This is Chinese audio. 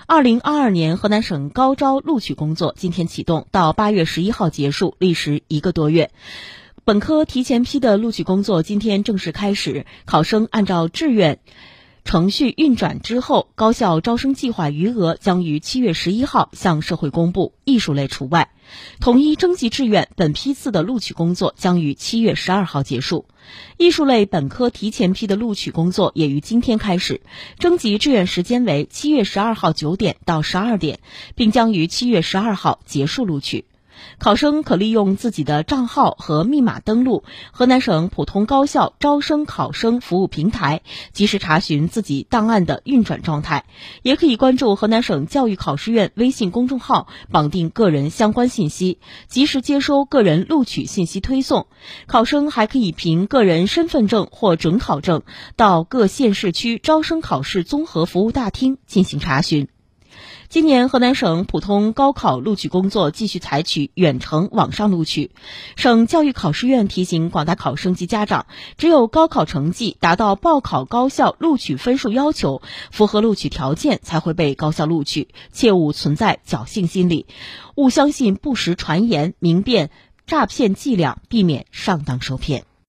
2022年河南省高招录取工作今天启动，到8月11号结束，历时1个多月。本科提前批的录取工作今天正式开始，考生按照志愿程序运转之后，高校招生计划余额将于7月11号向社会公布，艺术类除外。统一征集志愿本批次的录取工作将于7月12号结束。艺术类本科提前批的录取工作也于今天开始，征集志愿时间为7月12号9点到12点，并将于7月12号结束录取。考生可利用自己的账号和密码登录河南省普通高校招生考生服务平台，及时查询自己档案的运转状态，也可以关注河南省教育考试院微信公众号，绑定个人相关信息，及时接收个人录取信息推送。考生还可以凭个人身份证或准考证到各县市区招生考试综合服务大厅进行查询。今年河南省普通高考录取工作继续采取远程网上录取。省教育考试院提醒广大考生及家长，只有高考成绩达到报考高校录取分数要求，符合录取条件才会被高校录取，切勿存在侥幸心理，勿相信不实传言，明辨诈骗伎俩，避免上当受骗。